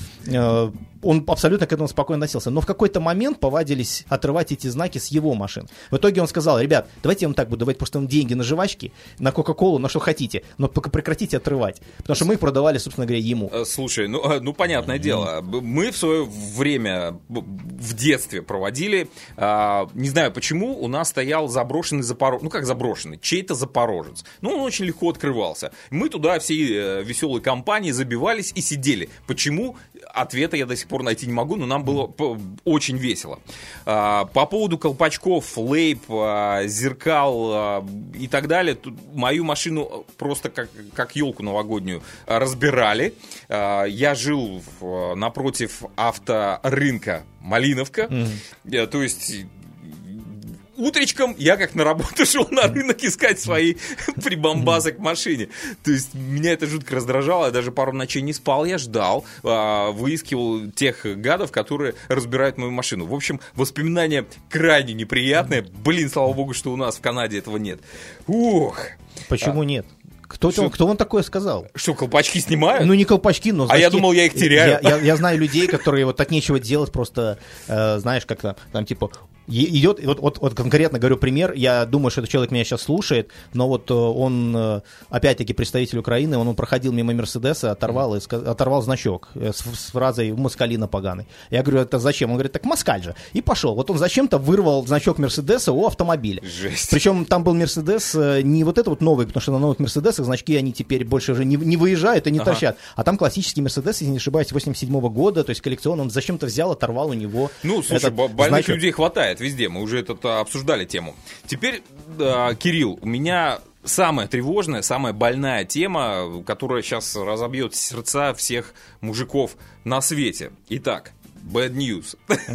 он абсолютно к этому спокойно относился. Но в какой-то момент повадились отрывать эти знаки с его машин. В итоге он сказал: ребят, давайте я вам так буду давать просто деньги на жвачки, на Кока-Колу, на что хотите, но только прекратите отрывать. Потому что мы их продавали, собственно говоря, ему. Слушай, ну понятное дело, мы в свое время в детстве проводили, не знаю почему, у нас стоял заброшенный Запорожец, как заброшенный, чей-то Запорожец. Он очень легко открывался. Мы туда всей веселой компанией забивались и сидели. Почему? Ответа я до сих пор найти не могу, но нам было очень весело. По поводу колпачков, лейб, зеркал и так далее, мою машину просто как елку новогоднюю разбирали. Я жил напротив авторынка Малиновка. То есть утречком я как на работу шел на рынок искать свои прибамбасы к машине. То есть меня это жутко раздражало. Я даже пару ночей не спал, я ждал, выискивал тех гадов, которые разбирают мою машину. В общем, воспоминания крайне неприятные. Слава богу, что у нас в Канаде этого нет. Почему нет? Кто он такое сказал? Что, колпачки снимают? Не колпачки, но... я думал, я их теряю. Я знаю людей, которые вот от нечего делать просто, знаешь, как-то там типа... Идет, вот конкретно говорю пример, я думаю, что этот человек меня сейчас слушает, но вот он, опять-таки, представитель Украины, он проходил мимо Мерседеса, оторвал значок с фразой «москалина поганый». Я говорю: это зачем? Он говорит: так москаль же. И пошел. Вот он зачем-то вырвал значок Мерседеса у автомобиля. Жесть. Причем там был Мерседес не вот это вот новый, потому что на новых Мерседесах значки, они теперь больше уже не выезжают и не торчат, а там классический Мерседес, если не ошибаюсь, 87-го года, то есть коллекционный, он зачем-то взял, оторвал у него. Слушай, больных людей хватает везде, мы уже обсуждали тему. Теперь, Кирилл, у меня самая тревожная, самая больная тема, которая сейчас разобьет сердца всех мужиков на свете. Итак, bad news.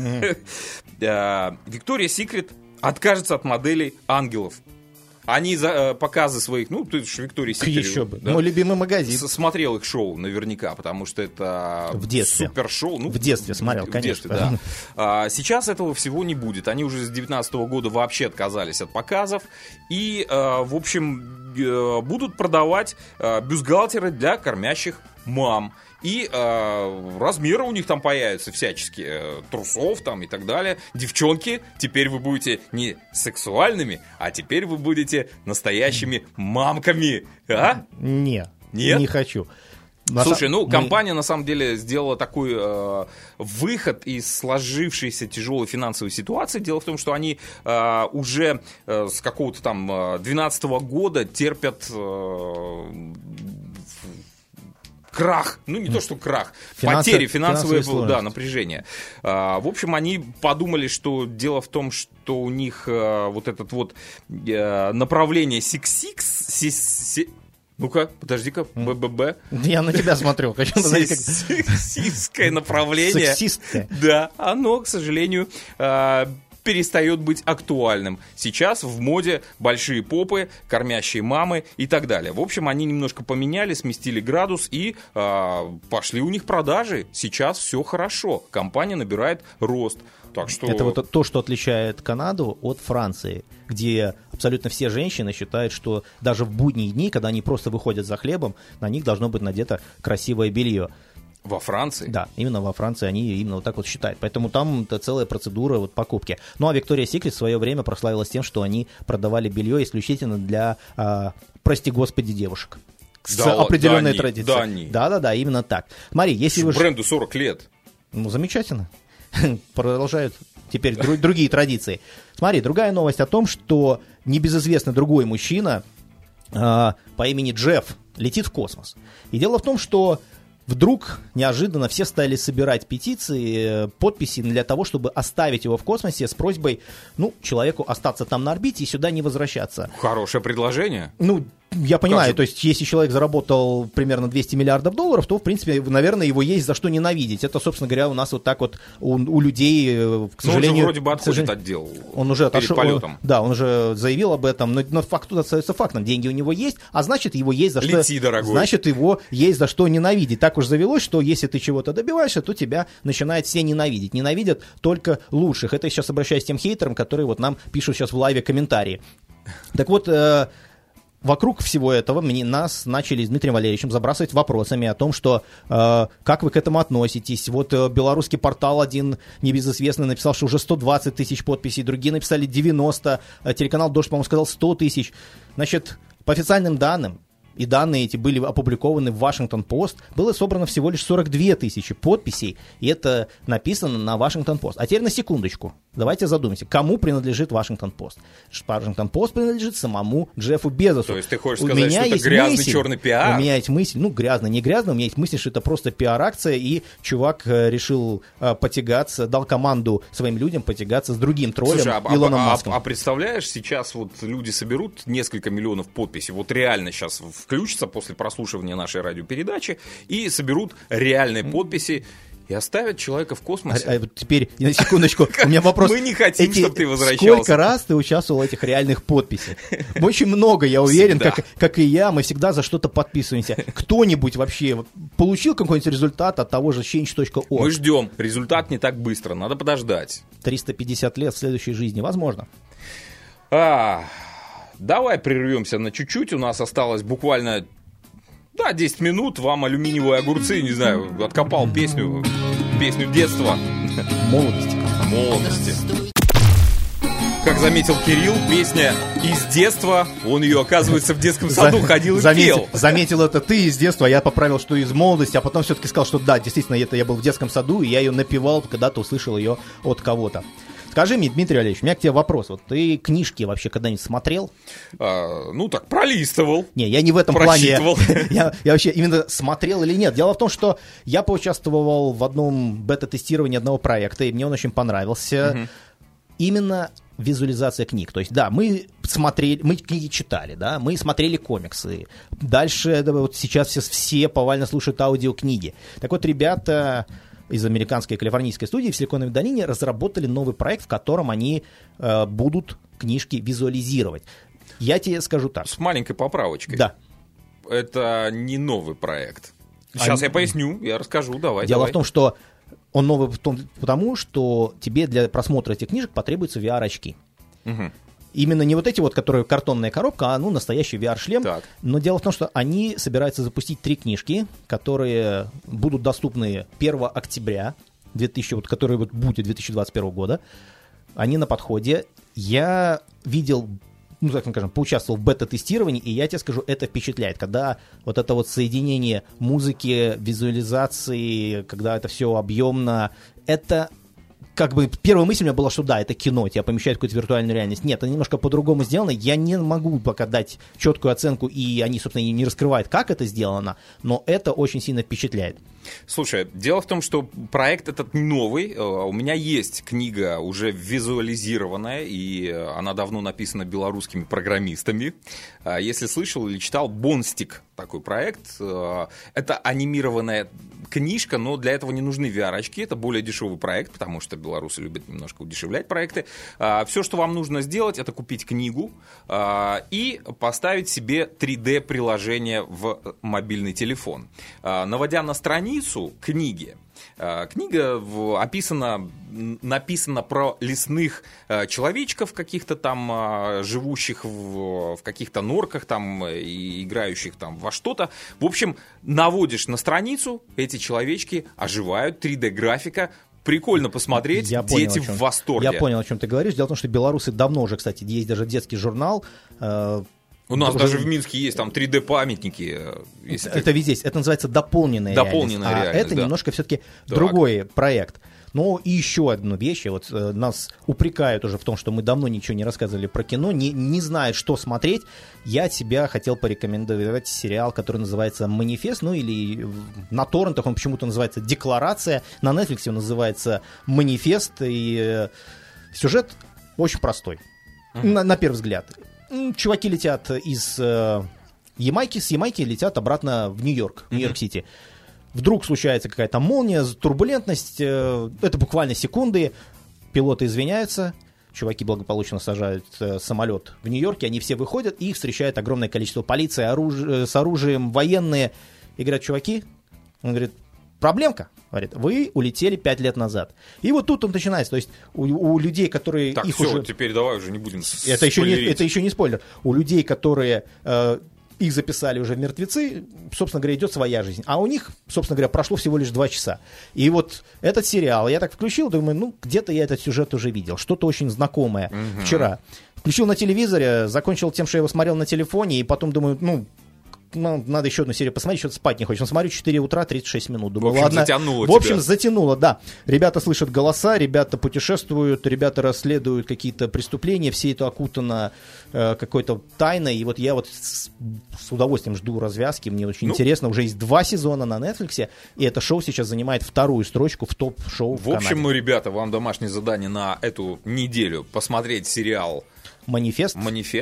Victoria's Secret откажется от моделей ангелов. Они показы своих, ты же Victoria's Secret. Еще бы. Да? Мой любимый магазин. Смотрел их шоу наверняка, потому что это в детстве. Супершоу. В детстве смотрел, конечно. В детстве, да. Сейчас этого всего не будет. Они уже с 2019 года вообще отказались от показов. И, в общем, будут продавать бюстгальтеры для кормящих мам. И размеры у них там появятся всяческие, трусов там и так далее. Девчонки, теперь вы будете не сексуальными, а теперь вы будете настоящими мамками. Нет, Нет? Не хочу. Слушай, компания на самом деле сделала такой выход из сложившейся тяжелой финансовой ситуации. Дело в том, что они уже с какого-то там 2012 года терпят... крах, не то что крах, потери, финансовые напряжение. В общем, они подумали, что дело в том, что у них вот это вот направление Ну-ка, подожди-ка, БББ. Я на тебя смотрю. Хочу сказать, как... Сексистское направление. Сексистское. Да, оно, к сожалению, перестает быть актуальным. Сейчас в моде большие попы, кормящие мамы и так далее. В общем, они немножко поменяли, сместили градус и пошли у них продажи. Сейчас все хорошо. Компания набирает рост. Так что... Это вот то, что отличает Канаду от Франции, где абсолютно все женщины считают, что даже в будние дни, когда они просто выходят за хлебом, на них должно быть надето красивое белье. Во Франции? Да, именно во Франции они именно вот так вот считают. Поэтому там это целая процедура вот покупки. Ну, а Victoria's Secret в свое время прославилась тем, что они продавали белье исключительно для, прости господи, девушек. С определенной традицией. Да, именно так. Смотри, если вы... Бренду 40 лет. Ну, замечательно. Продолжают теперь другие традиции. Смотри, другая новость о том, что небезызвестный другой мужчина по имени Джефф летит в космос. И дело в том, что вдруг неожиданно все стали собирать петиции, подписи для того, чтобы оставить его в космосе с просьбой, человеку остаться там на орбите и сюда не возвращаться. Хорошее предложение. Я понимаю, то есть если человек заработал примерно $200 миллиардов, то, в принципе, наверное, его есть за что ненавидеть. Это, собственно говоря, у нас вот так вот у людей, к сожалению... Он же вроде бы отходит от дел. Он уже отошел. Полетом. Он уже заявил об этом, но факт остается фактом. Деньги у него есть, а значит, его есть за что... Лети, дорогой. Значит, его есть за что ненавидеть. Так уж завелось, что если ты чего-то добиваешься, то тебя начинают все ненавидеть. Ненавидят только лучших. Это я сейчас обращаюсь к тем хейтерам, которые вот нам пишут сейчас в лайве комментарии. Так вот... Вокруг всего этого нас начали с Дмитрием Валерьевичем забрасывать вопросами о том, что как вы к этому относитесь. Вот белорусский портал один небезызвестный написал, что уже 120 тысяч подписей, другие написали 90, телеканал «Дождь», по-моему, сказал 100 тысяч. Значит, по официальным данным, и данные эти были опубликованы в Вашингтон-Пост, было собрано всего лишь 42 тысячи подписей, и это написано на Вашингтон-Пост. А теперь на секундочку, давайте задумаемся, кому принадлежит Вашингтон-Пост? Вашингтон-Пост принадлежит самому Джеффу Безосу. То есть ты хочешь сказать, что это грязный черный пиар? У меня есть мысль, грязный, не грязный, у меня есть мысль, что это просто пиар-акция, и чувак решил потягаться, дал команду своим людям потягаться с другим троллем, Илоном Маском. А представляешь, сейчас вот люди соберут несколько миллионов подписей, вот реально сейчас включатся после прослушивания нашей радиопередачи и соберут реальные подписи и оставят человека в космосе. Теперь, на секундочку, у меня вопрос. Мы не хотим, чтобы ты возвращался. Сколько раз ты участвовал в этих реальных подписях? Очень много, я уверен, как и я, мы всегда за что-то подписываемся. Кто-нибудь вообще получил какой-нибудь результат от того же change.org? Мы ждем. Результат не так быстро, надо подождать. 350 лет в следующей жизни, возможно. Давай прервемся на чуть-чуть. У нас осталось буквально 10 минут. Вам алюминиевые огурцы, не знаю, откопал песню детства. Молодости. Как заметил Кирилл, песня из детства. Он ее, оказывается, в детском саду ходил и пел. Заметил это ты из детства, я поправил, что из молодости, а потом все-таки сказал, что да, действительно, это я был в детском саду, и я ее напевал, когда-то услышал ее от кого-то. Скажи мне, Дмитрий Валерьевич, у меня к тебе вопрос. Вот ты книжки вообще когда-нибудь смотрел? Так пролистывал. Не, я не в этом плане. Я вообще именно смотрел или нет. Дело в том, что я поучаствовал в одном бета-тестировании одного проекта, и мне он очень понравился. Именно визуализация книг. То есть, да, мы книги читали, да, мы смотрели комиксы. Дальше, вот сейчас все повально слушают аудиокниги. Так вот, ребята из американской калифорнийской студии в Силиконовой долине разработали новый проект, в котором они будут книжки визуализировать. Я тебе скажу так. С маленькой поправочкой. Да. Это не новый проект. Сейчас я поясню, я расскажу, давай. Дело в том, что он новый потому, что тебе для просмотра этих книжек потребуются VR-очки. Угу. Именно не вот эти вот, которые картонная коробка, а настоящий VR-шлем. Так. Но дело в том, что они собираются запустить 3 книжки, которые будут доступны 1 октября, который будет 2021 года. Они на подходе. Я видел, так скажем, поучаствовал в бета-тестировании, и я тебе скажу, это впечатляет. Когда вот это вот соединение музыки, визуализации, когда это все объемно, это как бы первая мысль у меня была, что да, это кино, тебя помещают в какую-то виртуальную реальность. Нет, это немножко по-другому сделано. Я не могу пока дать четкую оценку, и они, собственно, не раскрывают, как это сделано, но это очень сильно впечатляет. Слушай, дело в том, что проект этот новый. У меня есть книга уже визуализированная, и она давно написана белорусскими программистами. Если слышал или читал, Бонстик такой проект. Это анимированная книжка, но для этого не нужны VR-очки. Это более дешевый проект, потому что белорусы любят немножко удешевлять проекты. Все, что вам нужно сделать, это купить книгу и поставить себе 3D-приложение в мобильный телефон. Наводя на страницу книги, книга написана про лесных человечков каких-то там, живущих в каких-то норках там и играющих там во что-то. В общем, наводишь на страницу, эти человечки оживают, 3D-графика. Прикольно посмотреть, дети в восторге. Я понял, о чем ты говоришь. Дело в том, что белорусы давно уже, кстати, есть даже детский журнал. У нас даже в Минске есть там 3D-памятники. Это везде есть. Это называется дополненная реальность. А это немножко все-таки другой проект. Ну и еще одну вещь. Вот нас упрекают уже в том, что мы давно ничего не рассказывали про кино, не знают, что смотреть. Я от себя хотел порекомендовать сериал, который называется «Манифест», ну или на торрентах он почему-то называется «Декларация», на Netflix он называется «Манифест», и сюжет очень простой, на первый взгляд. Чуваки летят из Ямайки, с Ямайки летят обратно в Нью-Йорк, Нью-Йорк-Сити. Вдруг случается какая-то молния, турбулентность, это буквально секунды, пилоты извиняются, чуваки благополучно сажают самолет в Нью-Йорке, они все выходят, и их встречает огромное количество полиции с оружием, военные, и говорят: чуваки, он говорит: проблемка. Говорит: вы улетели 5 лет назад. И вот тут он начинается. То есть у людей, которые... Так, их все, уже... теперь давай уже не будем это еще не спойлер. У людей, которые их записали уже в мертвецы, собственно говоря, идет своя жизнь. А у них, собственно говоря, прошло всего лишь 2 часа. И вот этот сериал я так включил, думаю, где-то я этот сюжет уже видел. Что-то очень знакомое вчера. Включил на телевизоре, закончил тем, что я его смотрел на телефоне, и потом думаю, надо еще одну серию посмотреть, что-то спать не хочется. Смотрю, 4 утра, 36 минут. Думаю, в общем, затянуло. В общем, затянуло, да. Ребята слышат голоса, ребята путешествуют, ребята расследуют какие-то преступления, все это окутано какой-то тайной. И вот я вот с удовольствием жду развязки, мне очень интересно. Уже есть 2 сезона на Netflix, и это шоу сейчас занимает 2-ю строчку в топ-шоу в Канаде. В общем, ребята, вам домашнее задание на эту неделю посмотреть сериал «Манифест».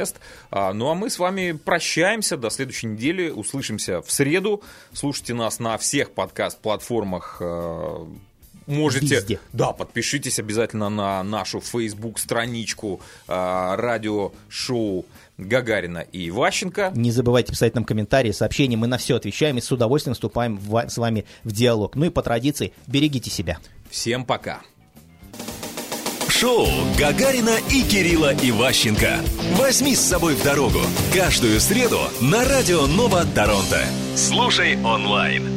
Ну а мы с вами прощаемся до следующей недели. Услышимся в среду. Слушайте нас на всех подкаст-платформах. Можете... Везде. Да, подпишитесь обязательно на нашу Facebook-страничку радиошоу Гагарина и Иващенко. Не забывайте писать нам комментарии, сообщения. Мы на все отвечаем и с удовольствием вступаем с вами в диалог. Ну и по традиции, берегите себя. Всем пока. Шоу Гагарина и Кирилла Иващенко. Возьми с собой в дорогу. Каждую среду на радио Нова Торонто. Слушай онлайн.